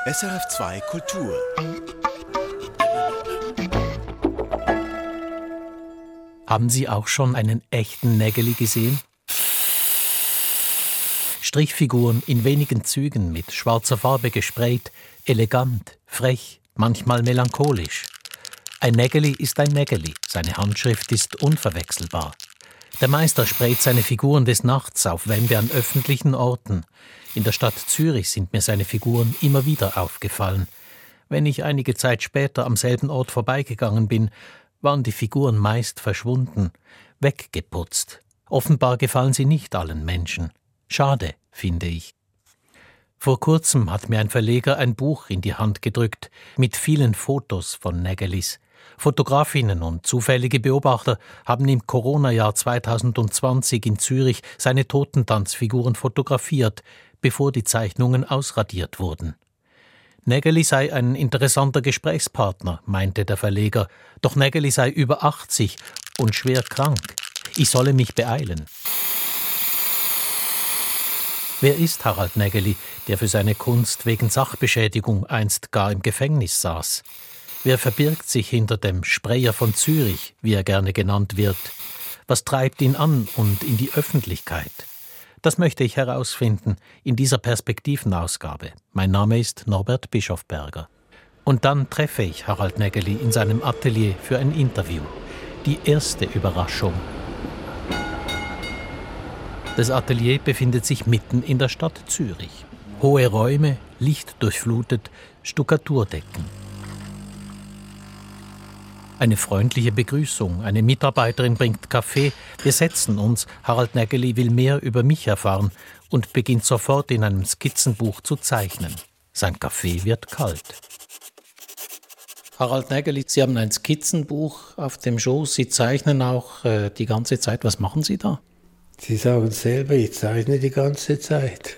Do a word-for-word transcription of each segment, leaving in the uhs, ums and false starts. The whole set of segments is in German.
S R F zwei Kultur. Haben Sie auch schon einen echten Nägeli gesehen? Strichfiguren in wenigen Zügen mit schwarzer Farbe gesprayt, elegant, frech, manchmal melancholisch. Ein Nägeli ist ein Nägeli, seine Handschrift ist unverwechselbar. Der Meister sprayt seine Figuren des Nachts auf Wände an öffentlichen Orten. In der Stadt Zürich sind mir seine Figuren immer wieder aufgefallen. Wenn ich einige Zeit später am selben Ort vorbeigegangen bin, waren die Figuren meist verschwunden, weggeputzt. Offenbar gefallen sie nicht allen Menschen. Schade, finde ich. Vor kurzem hat mir ein Verleger ein Buch in die Hand gedrückt, mit vielen Fotos von Nägelis. Fotografinnen und zufällige Beobachter haben im Corona-Jahr zweitausendzwanzig in Zürich seine Totentanzfiguren fotografiert, bevor die Zeichnungen ausradiert wurden. Nägeli sei ein interessanter Gesprächspartner, meinte der Verleger, doch Nägeli sei über achtzig und schwer krank. Ich solle mich beeilen. Wer ist Harald Nägeli, der für seine Kunst wegen Sachbeschädigung einst gar im Gefängnis saß? Wer verbirgt sich hinter dem Sprayer von Zürich, wie er gerne genannt wird? Was treibt ihn an und in die Öffentlichkeit? Das möchte ich herausfinden in dieser Perspektivenausgabe. Mein Name ist Norbert Bischofberger. Und dann treffe ich Harald Nägeli in seinem Atelier für ein Interview. Die erste Überraschung. Das Atelier befindet sich mitten in der Stadt Zürich. Hohe Räume, lichtdurchflutet, Stuckaturdecken. Eine freundliche Begrüßung, eine Mitarbeiterin bringt Kaffee. Wir setzen uns, Harald Nägeli will mehr über mich erfahren und beginnt sofort in einem Skizzenbuch zu zeichnen. Sein Kaffee wird kalt. Harald Nägeli, Sie haben ein Skizzenbuch auf dem Schoß, Sie zeichnen auch äh, die ganze Zeit. Was machen Sie da? Sie sagen selber, ich zeichne die ganze Zeit.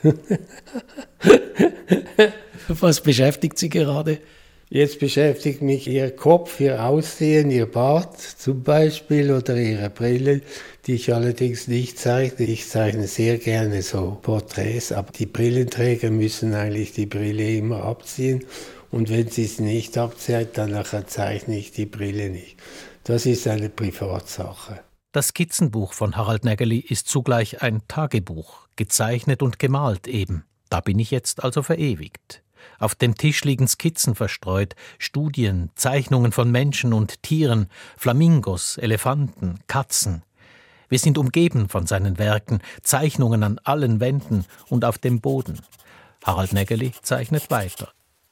Was beschäftigt Sie gerade? Jetzt beschäftigt mich Ihr Kopf, Ihr Aussehen, Ihr Bart zum Beispiel oder Ihre Brille, die ich allerdings nicht zeichne. Ich zeichne sehr gerne so Porträts, aber die Brillenträger müssen eigentlich die Brille immer abziehen. Und wenn sie es nicht abziehen, dann nachher zeichne ich die Brille nicht. Das ist eine Privatsache. Das Skizzenbuch von Harald Nägeli ist zugleich ein Tagebuch, gezeichnet und gemalt eben. Da bin ich jetzt also verewigt. Auf dem Tisch liegen Skizzen verstreut, Studien, Zeichnungen von Menschen und Tieren, Flamingos, Elefanten, Katzen. Wir sind umgeben von seinen Werken, Zeichnungen an allen Wänden und auf dem Boden. Harald Nägeli zeichnet weiter.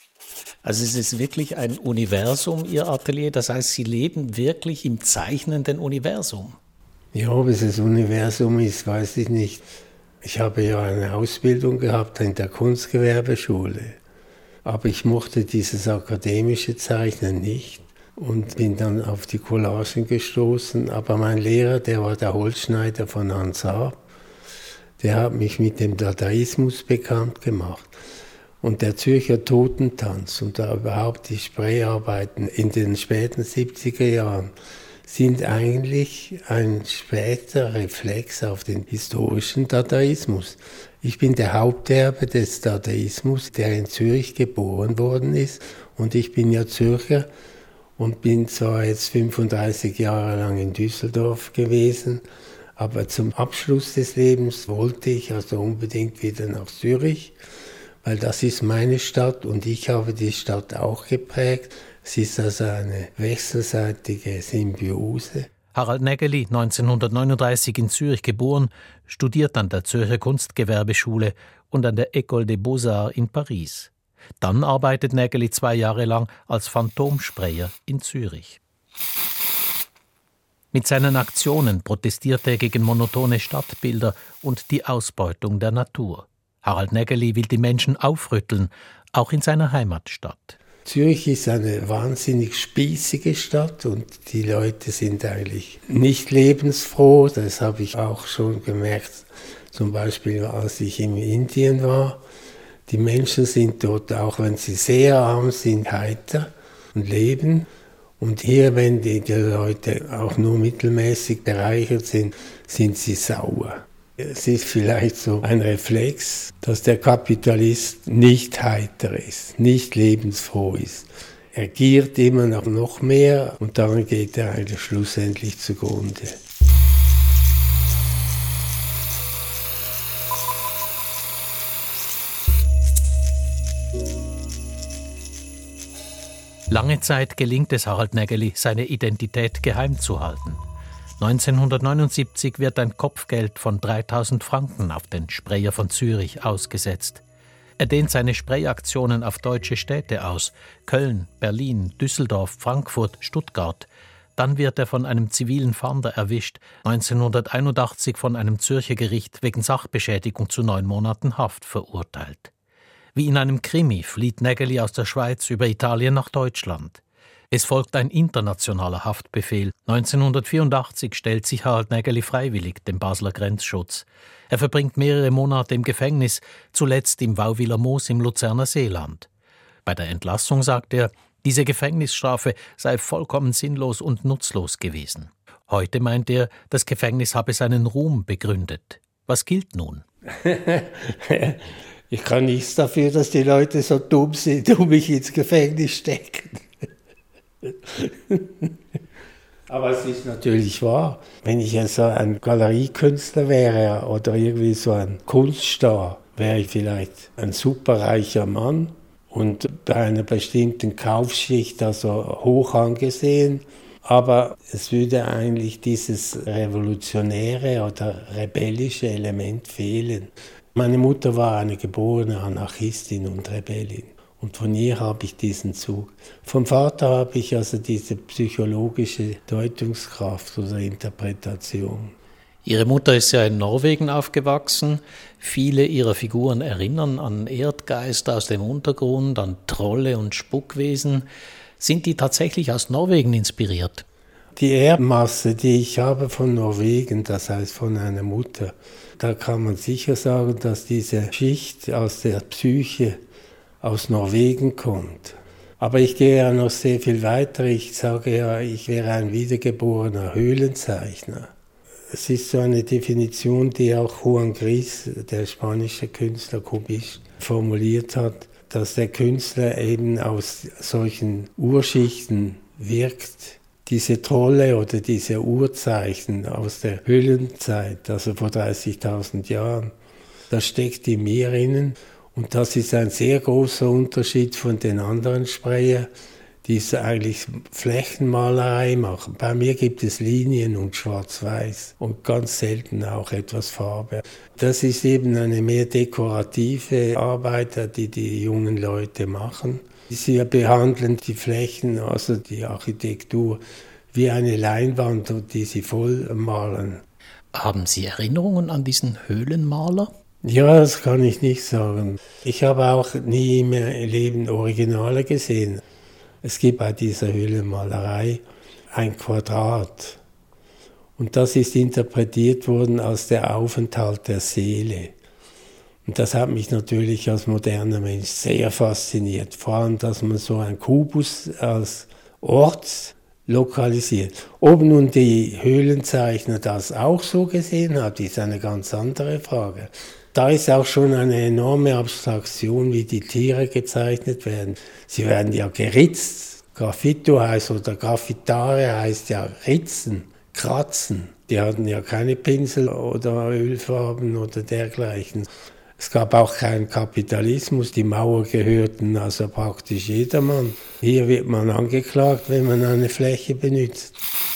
Also es ist wirklich ein Universum, Ihr Atelier, das heißt, Sie leben wirklich im zeichnenden Universum. Ja, ob es ein Universum ist, weiß ich nicht. Ich habe ja eine Ausbildung gehabt in der Kunstgewerbeschule. Aber ich mochte dieses akademische Zeichnen nicht und bin dann auf die Collagen gestoßen. Aber mein Lehrer, der war der Holzschneider von Hans Arp, der hat mich mit dem Dadaismus bekannt gemacht. Und der Zürcher Totentanz und da überhaupt die Sprayarbeiten in den späten siebziger Jahren sind eigentlich ein später Reflex auf den historischen Dadaismus. Ich bin der Haupterbe des Dadaismus, der in Zürich geboren worden ist. Und ich bin ja Zürcher und bin zwar jetzt fünfunddreißig Jahre lang in Düsseldorf gewesen, aber zum Abschluss des Lebens wollte ich also unbedingt wieder nach Zürich, weil das ist meine Stadt und ich habe die Stadt auch geprägt. Es ist also eine wechselseitige Symbiose. Harald Nägeli, neunzehnhundertneununddreißig in Zürich geboren, studiert an der Zürcher Kunstgewerbeschule und an der École des Beaux-Arts in Paris. Dann arbeitet Nägeli zwei Jahre lang als Phantomsprayer in Zürich. Mit seinen Aktionen protestiert er gegen monotone Stadtbilder und die Ausbeutung der Natur. Harald Nägeli will die Menschen aufrütteln, auch in seiner Heimatstadt. Zürich ist eine wahnsinnig spießige Stadt und die Leute sind eigentlich nicht lebensfroh. Das habe ich auch schon gemerkt, zum Beispiel als ich in Indien war. Die Menschen sind dort, auch wenn sie sehr arm sind, heiter und leben. Und hier, wenn die, die Leute auch nur mittelmäßig bereichert sind, sind sie sauer. Es ist vielleicht so ein Reflex, dass der Kapitalist nicht heiter ist, nicht lebensfroh ist. Er giert immer noch, noch mehr und daran geht er eigentlich schlussendlich zugrunde. Lange Zeit gelingt es Harald Nägeli, seine Identität geheim zu halten. neunzehnhundertneunundsiebzig wird ein Kopfgeld von dreitausend Franken auf den Sprayer von Zürich ausgesetzt. Er dehnt seine Sprayaktionen auf deutsche Städte aus: Köln, Berlin, Düsseldorf, Frankfurt, Stuttgart. Dann wird er von einem zivilen Fahnder erwischt, neunzehnhunderteinundachtzig von einem Zürcher Gericht wegen Sachbeschädigung zu neun Monaten Haft verurteilt. Wie in einem Krimi flieht Nägeli aus der Schweiz über Italien nach Deutschland. Es folgt ein internationaler Haftbefehl. neunzehnhundertvierundachtzig stellt sich Harald Nägeli freiwillig dem Basler Grenzschutz. Er verbringt mehrere Monate im Gefängnis, zuletzt im Wauwiler Moos im Luzerner Seeland. Bei der Entlassung sagt er, diese Gefängnisstrafe sei vollkommen sinnlos und nutzlos gewesen. Heute meint er, das Gefängnis habe seinen Ruhm begründet. Was gilt nun? Ich kann nichts dafür, dass die Leute so dumm sind und mich ins Gefängnis stecken. Aber es ist natürlich wahr. Wenn ich ja so ein Galeriekünstler wäre oder irgendwie so ein Kunststar, wäre ich vielleicht ein superreicher Mann und bei einer bestimmten Kaufschicht also hoch angesehen. Aber es würde eigentlich dieses revolutionäre oder rebellische Element fehlen. Meine Mutter war eine geborene Anarchistin und Rebellin. Und von ihr habe ich diesen Zug. Vom Vater habe ich also diese psychologische Deutungskraft oder Interpretation. Ihre Mutter ist ja in Norwegen aufgewachsen. Viele ihrer Figuren erinnern an Erdgeister aus dem Untergrund, an Trolle und Spukwesen. Sind die tatsächlich aus Norwegen inspiriert? Die Erbmasse, die ich habe von Norwegen, das heißt von einer Mutter, da kann man sicher sagen, dass diese Schicht aus der Psyche aus Norwegen kommt. Aber ich gehe ja noch sehr viel weiter. Ich sage ja, ich wäre ein wiedergeborener Höhlenzeichner. Es ist so eine Definition, die auch Juan Gris, der spanische Künstler, Kubist, formuliert hat, dass der Künstler eben aus solchen Urschichten wirkt. Diese Trolle oder diese Urzeichen aus der Höhlenzeit, also vor dreißigtausend Jahren, das steckt in mir innen. Und das ist ein sehr großer Unterschied von den anderen Sprayer, die es eigentlich Flächenmalerei machen. Bei mir gibt es Linien und Schwarz-Weiß und ganz selten auch etwas Farbe. Das ist eben eine mehr dekorative Arbeit, die die jungen Leute machen. Sie behandeln die Flächen, also die Architektur, wie eine Leinwand, die sie voll malen. Haben Sie Erinnerungen an diesen Höhlenmaler? Ja, das kann ich nicht sagen. Ich habe auch nie in meinem Leben Originale gesehen. Es gibt bei dieser Höhlenmalerei ein Quadrat. Und das ist interpretiert worden als der Aufenthalt der Seele. Und das hat mich natürlich als moderner Mensch sehr fasziniert. Vor allem, dass man so einen Kubus als Ort lokalisiert. Ob nun die Höhlenzeichner das auch so gesehen haben, ist eine ganz andere Frage. Da ist auch schon eine enorme Abstraktion, wie die Tiere gezeichnet werden. Sie werden ja geritzt. Graffito heißt oder Graffitare heißt ja ritzen, kratzen. Die hatten ja keine Pinsel oder Ölfarben oder dergleichen. Es gab auch keinen Kapitalismus, die Mauer gehörten also praktisch jedermann. Hier wird man angeklagt, wenn man eine Fläche benutzt.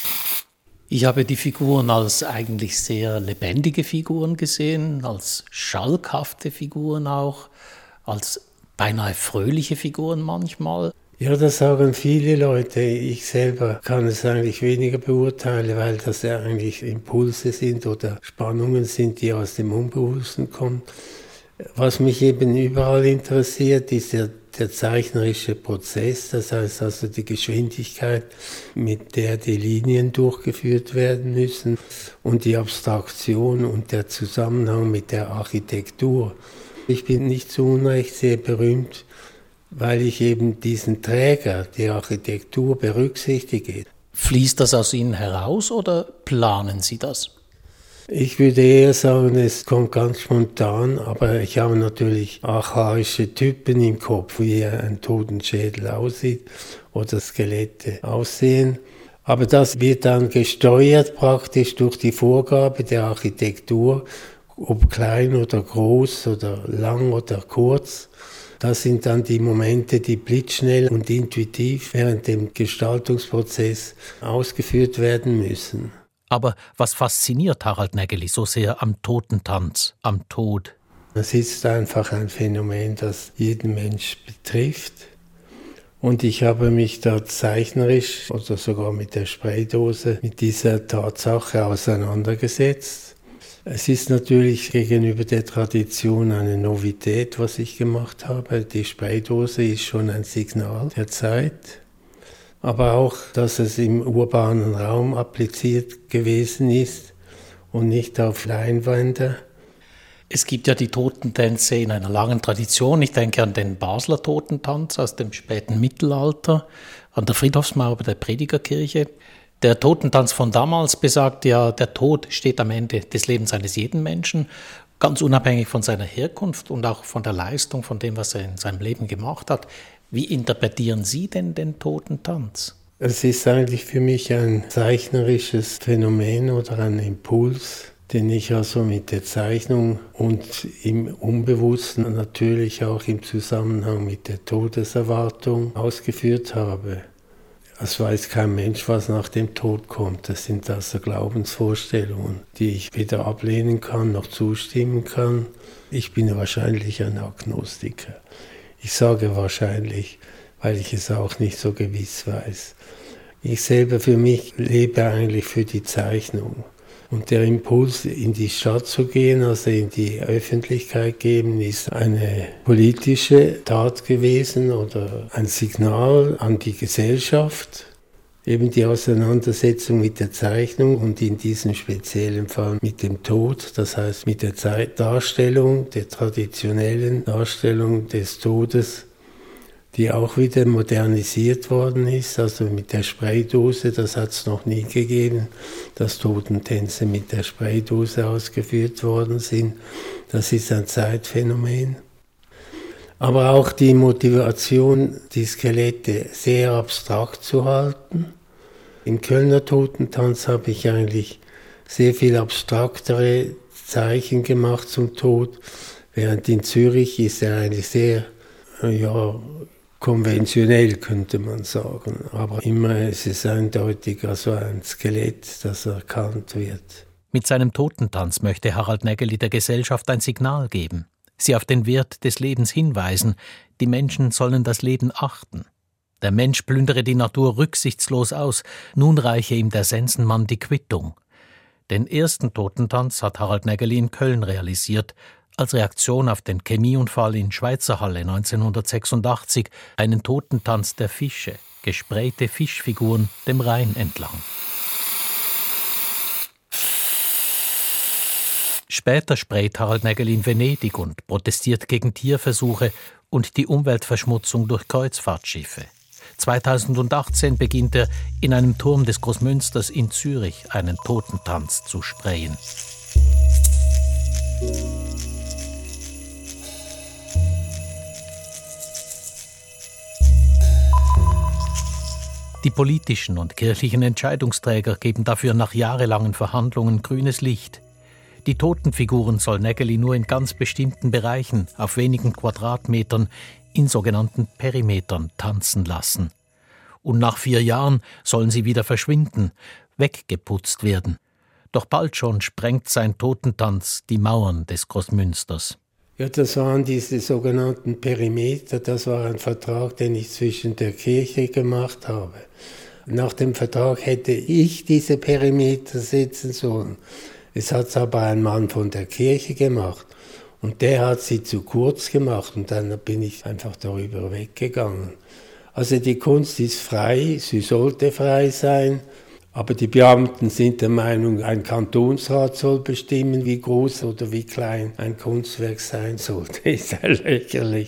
Ich habe die Figuren als eigentlich sehr lebendige Figuren gesehen, als schalkhafte Figuren auch, als beinahe fröhliche Figuren manchmal. Ja, das sagen viele Leute. Ich selber kann es eigentlich weniger beurteilen, weil das ja eigentlich Impulse sind oder Spannungen sind, die aus dem Unbewussten kommen. Was mich eben überall interessiert, ist der, der zeichnerische Prozess, das heißt also die Geschwindigkeit, mit der die Linien durchgeführt werden müssen und die Abstraktion und der Zusammenhang mit der Architektur. Ich bin nicht zu Unrecht sehr berühmt, weil ich eben diesen Träger, die Architektur, berücksichtige. Fließt das aus Ihnen heraus oder planen Sie das? Ich würde eher sagen, es kommt ganz spontan, aber ich habe natürlich archaische Typen im Kopf, wie ein Totenschädel aussieht oder Skelette aussehen. Aber das wird dann gesteuert praktisch durch die Vorgabe der Architektur, ob klein oder groß oder lang oder kurz. Das sind dann die Momente, die blitzschnell und intuitiv während dem Gestaltungsprozess ausgeführt werden müssen. Aber was fasziniert Harald Nägeli so sehr am Totentanz, am Tod? Es ist einfach ein Phänomen, das jeden Mensch betrifft. Und ich habe mich da zeichnerisch oder sogar mit der Spraydose mit dieser Tatsache auseinandergesetzt. Es ist natürlich gegenüber der Tradition eine Novität, was ich gemacht habe. Die Spraydose ist schon ein Signal der Zeit. Aber auch, dass es im urbanen Raum appliziert gewesen ist und nicht auf Leinwände. Es gibt ja die Totentänze in einer langen Tradition. Ich denke an den Basler Totentanz aus dem späten Mittelalter, an der Friedhofsmauer der Predigerkirche. Der Totentanz von damals besagt ja, der Tod steht am Ende des Lebens eines jeden Menschen, ganz unabhängig von seiner Herkunft und auch von der Leistung, von dem, was er in seinem Leben gemacht hat. Wie interpretieren Sie denn den Totentanz? Es ist eigentlich für mich ein zeichnerisches Phänomen oder ein Impuls, den ich also mit der Zeichnung und im Unbewussten natürlich auch im Zusammenhang mit der Todeserwartung ausgeführt habe. Es weiß kein Mensch, was nach dem Tod kommt. Das sind also Glaubensvorstellungen, die ich weder ablehnen kann noch zustimmen kann. Ich bin wahrscheinlich ein Agnostiker. Ich sage wahrscheinlich, weil ich es auch nicht so gewiss weiß. Ich selber für mich lebe eigentlich für die Zeichnung. Und der Impuls, in die Stadt zu gehen, also in die Öffentlichkeit geben, ist eine politische Tat gewesen oder ein Signal an die Gesellschaft. Eben die Auseinandersetzung mit der Zeichnung und in diesem speziellen Fall mit dem Tod, das heißt mit der Darstellung, der traditionellen Darstellung des Todes, die auch wieder modernisiert worden ist, also mit der Spraydose, das hat es noch nie gegeben, dass Totentänze mit der Spraydose ausgeführt worden sind. Das ist ein Zeitphänomen. Aber auch die Motivation, die Skelette sehr abstrakt zu halten. Im Kölner Totentanz habe ich eigentlich sehr viel abstraktere Zeichen gemacht zum Tod, während in Zürich ist er eigentlich sehr, ja, konventionell, könnte man sagen. Aber immer ist es eindeutig, also ein Skelett, das erkannt wird. Mit seinem Totentanz möchte Harald Nägeli der Gesellschaft ein Signal geben, sie auf den Wert des Lebens hinweisen. Die Menschen sollen das Leben achten. Der Mensch plündere die Natur rücksichtslos aus, nun reiche ihm der Sensenmann die Quittung. Den ersten Totentanz hat Harald Nägeli in Köln realisiert, als Reaktion auf den Chemieunfall in Schweizerhalle neunzehnhundertsechsundachtzig, einen Totentanz der Fische, gesprayte Fischfiguren dem Rhein entlang. Später sprayt Harald Nägeli in Venedig und protestiert gegen Tierversuche und die Umweltverschmutzung durch Kreuzfahrtschiffe. zweitausendachtzehn beginnt er, in einem Turm des Großmünsters in Zürich einen Totentanz zu sprayen. Die politischen und kirchlichen Entscheidungsträger geben dafür nach jahrelangen Verhandlungen grünes Licht. Die Totenfiguren soll Nägeli nur in ganz bestimmten Bereichen, auf wenigen Quadratmetern, in sogenannten Perimetern tanzen lassen. Und nach vier Jahren sollen sie wieder verschwinden, weggeputzt werden. Doch bald schon sprengt sein Totentanz die Mauern des Großmünsters. Ja, das waren diese sogenannten Perimeter, das war ein Vertrag, den ich zwischen der Kirche gemacht habe. Nach dem Vertrag hätte ich diese Perimeter setzen sollen. Es hat aber ein Mann von der Kirche gemacht und der hat sie zu kurz gemacht und dann bin ich einfach darüber weggegangen. Also die Kunst ist frei, sie sollte frei sein. Aber die Beamten sind der Meinung, ein Kantonsrat soll bestimmen, wie groß oder wie klein ein Kunstwerk sein sollte. Ist ja lächerlich.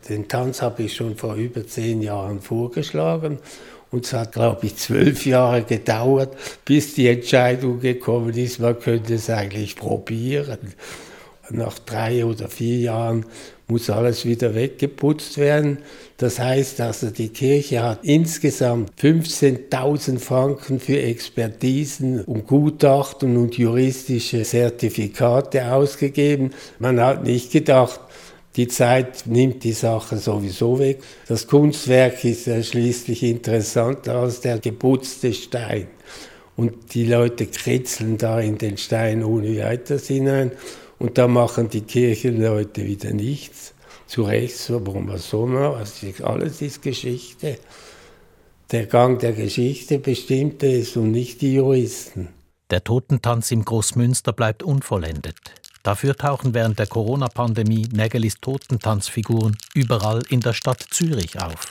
Den Tanz habe ich schon vor über zehn Jahren vorgeschlagen. Und es hat, glaube ich, zwölf Jahre gedauert, bis die Entscheidung gekommen ist, man könnte es eigentlich probieren. Nach drei oder vier Jahren muss alles wieder weggeputzt werden. Das heißt also, die Kirche hat insgesamt fünfzehntausend Franken für Expertisen und Gutachten und juristische Zertifikate ausgegeben. Man hat nicht gedacht, die Zeit nimmt die Sache sowieso weg. Das Kunstwerk ist ja schließlich interessanter als der geputzte Stein. Und die Leute kritzeln da in den Stein ohne weiteres hinein. Und da machen die Kirchenleute wieder nichts. Zu Recht, so, warum was soll man? Also alles ist Geschichte. Der Gang der Geschichte bestimmt es und nicht die Juristen. Der Totentanz im Großmünster bleibt unvollendet. Dafür tauchen während der Corona-Pandemie Nägelis Totentanzfiguren überall in der Stadt Zürich auf.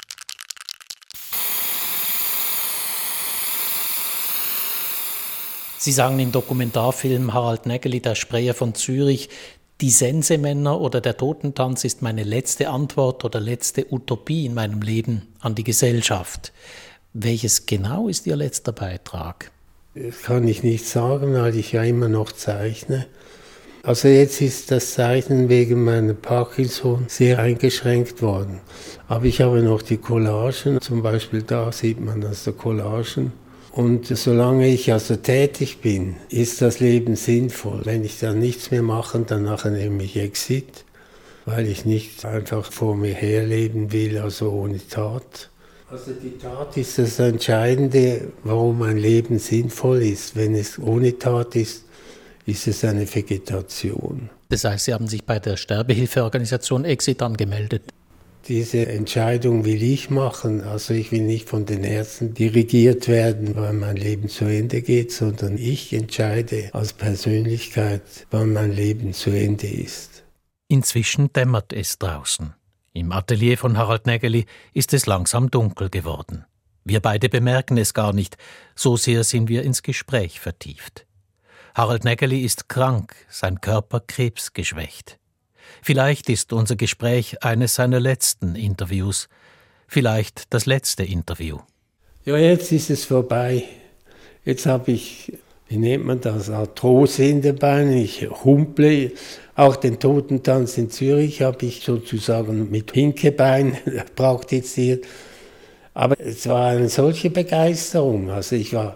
Sie sagen im Dokumentarfilm Harald Nägeli, der Sprecher von Zürich, die Sensemänner oder der Totentanz ist meine letzte Antwort oder letzte Utopie in meinem Leben an die Gesellschaft. Welches genau ist Ihr letzter Beitrag? Das kann ich nicht sagen, weil ich ja immer noch zeichne. Also jetzt ist das Zeichnen wegen meinem Parkinson sehr eingeschränkt worden. Aber ich habe noch die Collagen, zum Beispiel da sieht man also Collagen. Und solange ich also tätig bin, ist das Leben sinnvoll. Wenn ich dann nichts mehr mache, dann nachher nehme ich Exit, weil ich nicht einfach vor mir herleben will, also ohne Tat. Also die Tat ist das Entscheidende, warum ein Leben sinnvoll ist. Wenn es ohne Tat ist, ist es eine Vegetation. Das heißt, Sie haben sich bei der Sterbehilfeorganisation Exit angemeldet? Diese Entscheidung will ich machen. Also ich will nicht von den Ärzten dirigiert werden, wann mein Leben zu Ende geht, sondern ich entscheide als Persönlichkeit, wann mein Leben zu Ende ist. Inzwischen dämmert es draußen. Im Atelier von Harald Nägeli ist es langsam dunkel geworden. Wir beide bemerken es gar nicht, so sehr sind wir ins Gespräch vertieft. Harald Nägeli ist krank, sein Körper krebsgeschwächt. Vielleicht ist unser Gespräch eines seiner letzten Interviews, vielleicht das letzte Interview. Ja, jetzt ist es vorbei. Jetzt habe ich, wie nennt man das, Arthrose in den Beinen, ich humple. Auch den Totentanz in Zürich habe ich sozusagen mit Hinkebein praktiziert. Aber es war eine solche Begeisterung. Also ich war,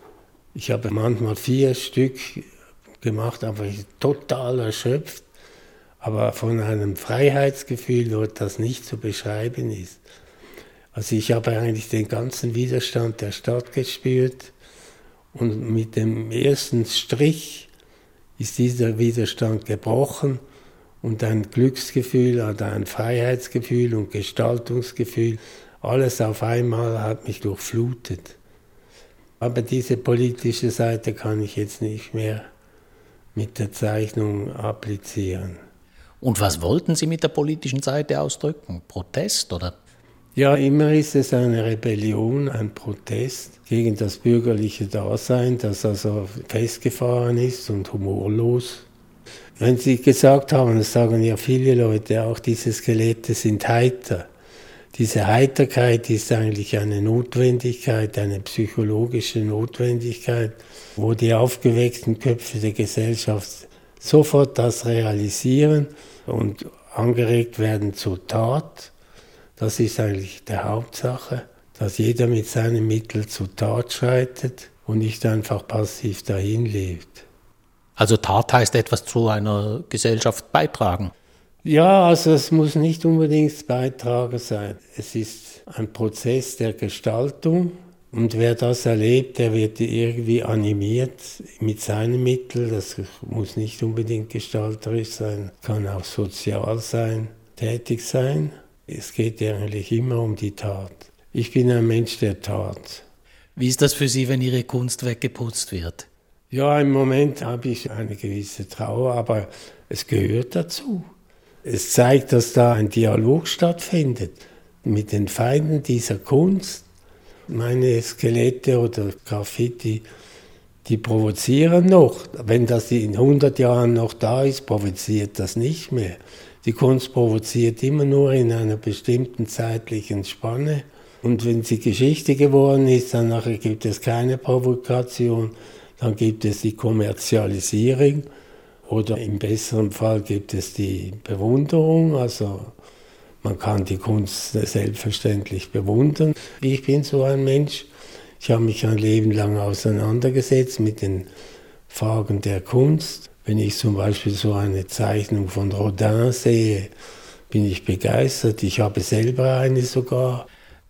ich habe manchmal vier Stück gemacht, aber ich war total erschöpft. Aber von einem Freiheitsgefühl, das nicht zu beschreiben ist. Also ich habe eigentlich den ganzen Widerstand der Stadt gespürt und mit dem ersten Strich ist dieser Widerstand gebrochen und ein Glücksgefühl oder ein Freiheitsgefühl und Gestaltungsgefühl, alles auf einmal hat mich durchflutet. Aber diese politische Seite kann ich jetzt nicht mehr mit der Zeichnung applizieren. Und was wollten Sie mit der politischen Seite ausdrücken? Protest, oder? Ja, immer ist es eine Rebellion, ein Protest gegen das bürgerliche Dasein, das also festgefahren ist und humorlos. Wenn Sie gesagt haben, das sagen ja viele Leute, auch diese Skelette sind heiter. Diese Heiterkeit ist eigentlich eine Notwendigkeit, eine psychologische Notwendigkeit, wo die aufgeweckten Köpfe der Gesellschaft sofort das realisieren und angeregt werden zur Tat. Das ist eigentlich die Hauptsache, dass jeder mit seinen Mitteln zur Tat schreitet und nicht einfach passiv dahin lebt. Also Tat heißt etwas zu einer Gesellschaft beitragen? Ja, also es muss nicht unbedingt Beitragen sein. Es ist ein Prozess der Gestaltung. Und wer das erlebt, der wird irgendwie animiert mit seinen Mitteln. Das muss nicht unbedingt gestalterisch sein, kann auch sozial sein, tätig sein. Es geht eigentlich immer um die Tat. Ich bin ein Mensch der Tat. Wie ist das für Sie, wenn Ihre Kunst weggeputzt wird? Ja, im Moment habe ich eine gewisse Trauer, aber es gehört dazu. Es zeigt, dass da ein Dialog stattfindet mit den Feinden dieser Kunst. Meine Skelette oder Graffiti, die provozieren noch. Wenn das in hundert Jahren noch da ist, provoziert das nicht mehr. Die Kunst provoziert immer nur in einer bestimmten zeitlichen Spanne. Und wenn sie Geschichte geworden ist, dann nachher gibt es keine Provokation, dann gibt es die Kommerzialisierung oder im besseren Fall gibt es die Bewunderung. Also man kann die Kunst selbstverständlich bewundern. Ich bin so ein Mensch, ich habe mich ein Leben lang auseinandergesetzt mit den Fragen der Kunst. Wenn ich zum Beispiel so eine Zeichnung von Rodin sehe, bin ich begeistert. Ich habe selber eine sogar.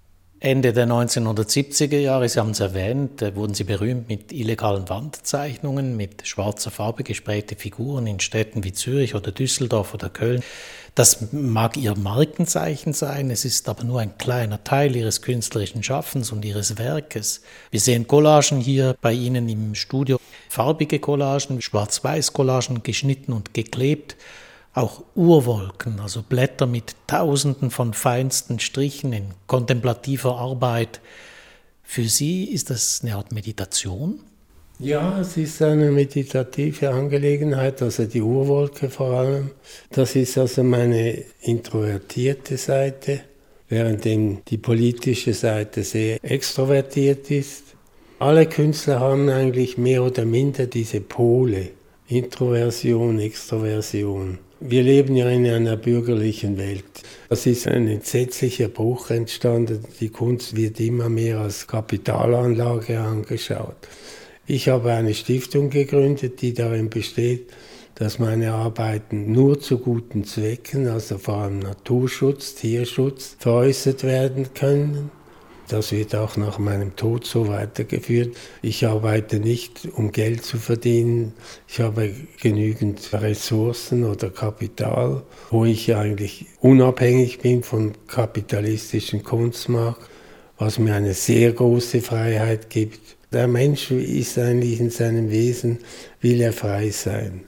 Ende der neunzehnhundertsiebziger Jahre, Sie haben es erwähnt, wurden Sie berühmt mit illegalen Wandzeichnungen, mit schwarzer Farbe gesprayte Figuren in Städten wie Zürich oder Düsseldorf oder Köln. Das mag Ihr Markenzeichen sein, es ist aber nur ein kleiner Teil Ihres künstlerischen Schaffens und Ihres Werkes. Wir sehen Collagen hier bei Ihnen im Studio, farbige Collagen, Schwarz-Weiß-Collagen, geschnitten und geklebt. Auch Urwolken, also Blätter mit Tausenden von feinsten Strichen in kontemplativer Arbeit. Für Sie ist das eine Art Meditation? Ja, es ist eine meditative Angelegenheit, also die Urwolke vor allem. Das ist also meine introvertierte Seite, währenddem die politische Seite sehr extrovertiert ist. Alle Künstler haben eigentlich mehr oder minder diese Pole, Introversion, Extroversion. Wir leben ja in einer bürgerlichen Welt. Es ist ein entsetzlicher Bruch entstanden. Die Kunst wird immer mehr als Kapitalanlage angeschaut. Ich habe eine Stiftung gegründet, die darin besteht, dass meine Arbeiten nur zu guten Zwecken, also vor allem Naturschutz, Tierschutz, veräußert werden können. Das wird auch nach meinem Tod so weitergeführt. Ich arbeite nicht, um Geld zu verdienen. Ich habe genügend Ressourcen oder Kapital, wo ich eigentlich unabhängig bin vom kapitalistischen Kunstmarkt, was mir eine sehr große Freiheit gibt. Der Mensch ist eigentlich in seinem Wesen, will er frei sein.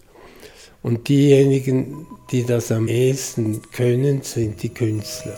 Und diejenigen, die das am ehesten können, sind die Künstler.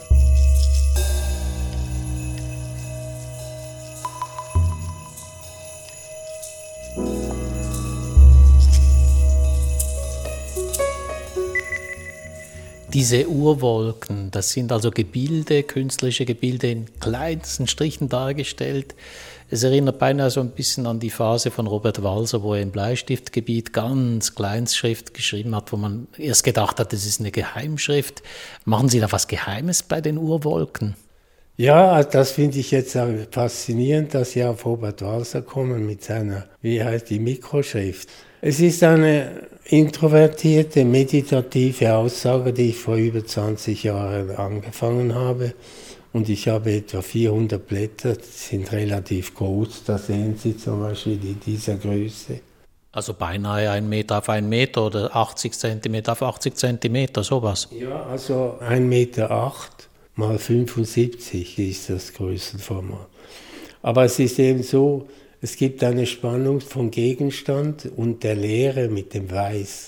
Diese Urwolken, das sind also Gebilde, künstlerische Gebilde in kleinsten Strichen dargestellt. Es erinnert beinahe so ein bisschen an die Phase von Robert Walser, wo er im Bleistiftgebiet ganz Kleinstschrift geschrieben hat, wo man erst gedacht hat, das ist eine Geheimschrift. Machen Sie da was Geheimes bei den Urwolken? Ja, das finde ich jetzt auch faszinierend, dass Sie auf Robert Walser kommen mit seiner, wie heißt die, Mikroschrift. Es ist eine introvertierte, meditative Aussage, die ich vor über zwanzig Jahren angefangen habe. Und ich habe etwa vierhundert Blätter, die sind relativ groß, da sehen Sie zum Beispiel in dieser Größe. Also beinahe ein Meter auf einen Meter oder achtzig Zentimeter auf achtzig Zentimeter, sowas. Ja, also ein Meter acht mal fünfundsiebzig ist das Größenformat. Aber es ist eben so, es gibt eine Spannung vom Gegenstand und der Leere mit dem Weiß.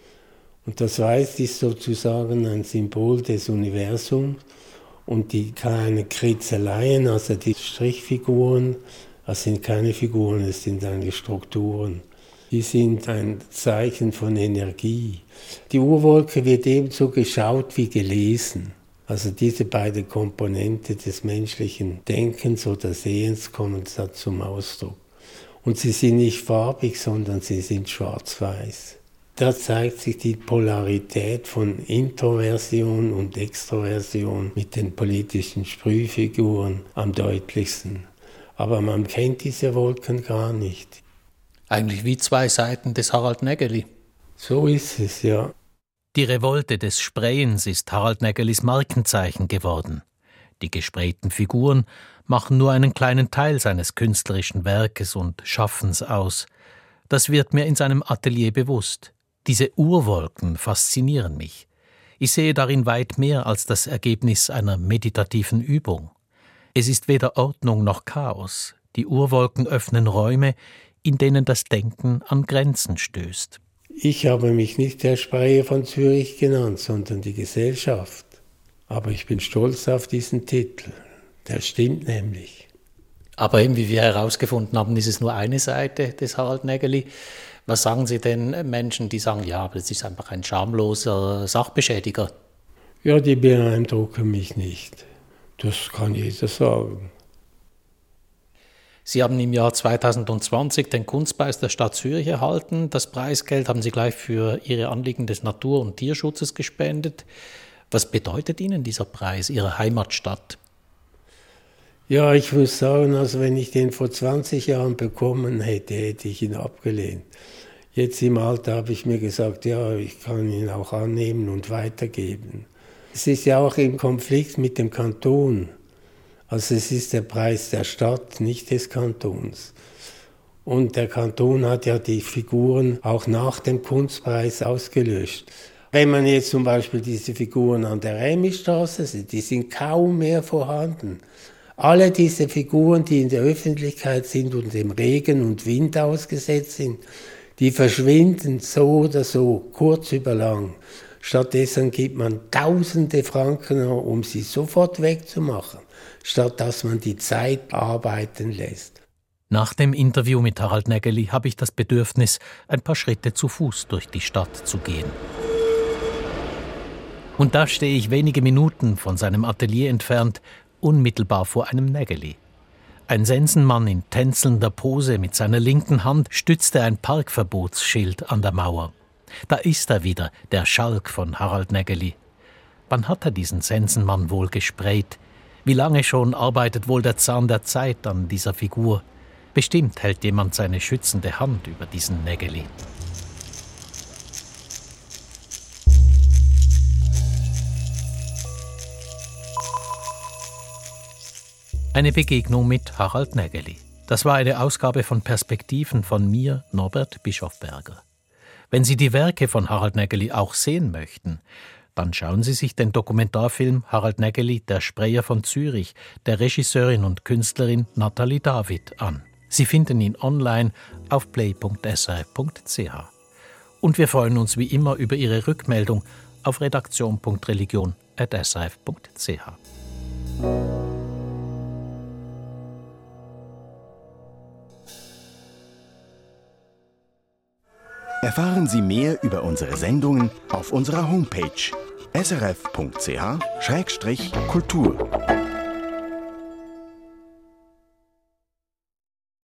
Und das Weiß ist sozusagen ein Symbol des Universums. Und die kleinen Kritzeleien, also die Strichfiguren, das sind keine Figuren, es sind eigentlich Strukturen. Die sind ein Zeichen von Energie. Die Urwolke wird ebenso geschaut wie gelesen. Also diese beiden Komponenten des menschlichen Denkens oder Sehens kommen da zum Ausdruck. Und sie sind nicht farbig, sondern sie sind schwarz-weiß. Da zeigt sich die Polarität von Introversion und Extroversion mit den politischen Sprühfiguren am deutlichsten. Aber man kennt diese Wolken gar nicht. Eigentlich wie zwei Seiten des Harald Nägeli. So ist es, ja. Die Revolte des Sprayens ist Harald Nägelis Markenzeichen geworden. Die gesprayten Figuren machen nur einen kleinen Teil seines künstlerischen Werkes und Schaffens aus. Das wird mir in seinem Atelier bewusst. Diese Urwolken faszinieren mich. Ich sehe darin weit mehr als das Ergebnis einer meditativen Übung. Es ist weder Ordnung noch Chaos. Die Urwolken öffnen Räume, in denen das Denken an Grenzen stößt. Ich habe mich nicht der Sprayer von Zürich genannt, sondern die Gesellschaft. Aber ich bin stolz auf diesen Titel. Der stimmt nämlich. Aber eben, wie wir herausgefunden haben, ist es nur eine Seite des Harald Nägeli. Was sagen Sie denn Menschen, die sagen, ja, aber das ist einfach ein schamloser Sachbeschädiger? Ja, die beeindrucken mich nicht. Das kann jeder sagen. Sie haben im Jahr zweitausendzwanzig den Kunstpreis der Stadt Zürich erhalten. Das Preisgeld haben Sie gleich für Ihre Anliegen des Natur- und Tierschutzes gespendet. Was bedeutet Ihnen dieser Preis, Ihrer Heimatstadt? Ja, ich muss sagen, also wenn ich den vor zwanzig Jahren bekommen hätte, hätte ich ihn abgelehnt. Jetzt im Alter habe ich mir gesagt, ja, ich kann ihn auch annehmen und weitergeben. Es ist ja auch im Konflikt mit dem Kanton. Also es ist der Preis der Stadt, nicht des Kantons. Und der Kanton hat ja die Figuren auch nach dem Kunstpreis ausgelöscht. Wenn man jetzt zum Beispiel diese Figuren an der Rämistraße sieht, die sind kaum mehr vorhanden. Alle diese Figuren, die in der Öffentlichkeit sind und dem Regen und Wind ausgesetzt sind, die verschwinden so oder so, kurz über lang. Stattdessen gibt man tausende Franken, um sie sofort wegzumachen, statt dass man die Zeit arbeiten lässt. Nach dem Interview mit Harald Nägeli habe ich das Bedürfnis, ein paar Schritte zu Fuß durch die Stadt zu gehen. Und da stehe ich wenige Minuten von seinem Atelier entfernt, unmittelbar vor einem Nägeli. Ein Sensenmann in tänzelnder Pose mit seiner linken Hand stützte ein Parkverbotsschild an der Mauer. Da ist er wieder, der Schalk von Harald Nägeli. Wann hat er diesen Sensenmann wohl gesprayt? Wie lange schon arbeitet wohl der Zahn der Zeit an dieser Figur? Bestimmt hält jemand seine schützende Hand über diesen Nägeli. Eine Begegnung mit Harald Nägeli. Das war eine Ausgabe von Perspektiven von mir, Norbert Bischofberger. Wenn Sie die Werke von Harald Nägeli auch sehen möchten, dann schauen Sie sich den Dokumentarfilm Harald Nägeli, der Sprayer von Zürich, der Regisseurin und Künstlerin Nathalie David an. Sie finden ihn online auf play punkt s r f punkt c h. Und wir freuen uns wie immer über Ihre Rückmeldung auf redaktion punkt religion at s r f punkt c h. Erfahren Sie mehr über unsere Sendungen auf unserer Homepage s r f punkt c h Schrägstrich Kultur.